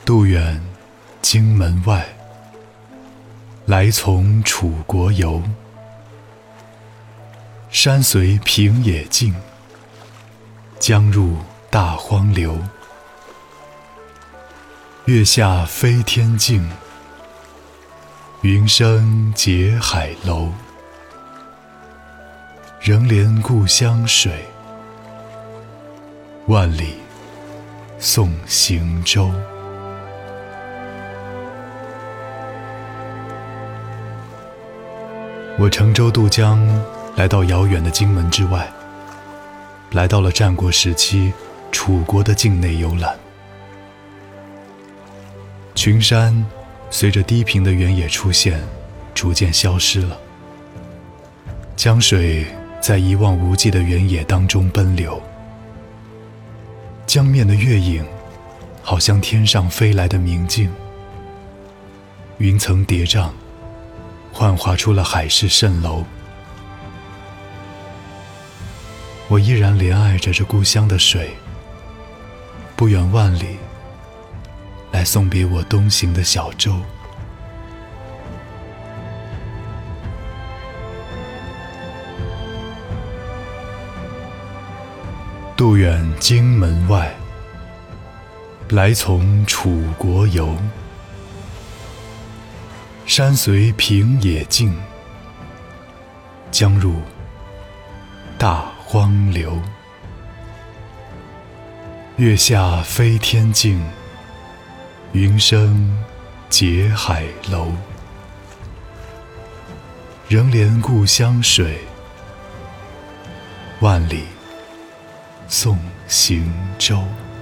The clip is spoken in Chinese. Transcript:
渡远荆门外，来从楚国游。山随平野尽，江入大荒流。月下飞天镜，云生结海楼。仍怜故乡水，万里送行舟。我乘舟渡江，来到遥远的荆门之外，来到了战国时期楚国的境内游览。群山随着低平的原野出现，逐渐消失了。江水在一望无际的原野当中奔流，江面的月影好像天上飞来的明镜，云层叠嶂，幻化出了海市蜃楼。我依然怜爱着这故乡的水，不远万里来送别我东行的小舟。渡远荆门外，来从楚国游。山随平野尽，江入大荒流。月下飞天镜，云生结海楼。仍怜故乡水，万里送行舟。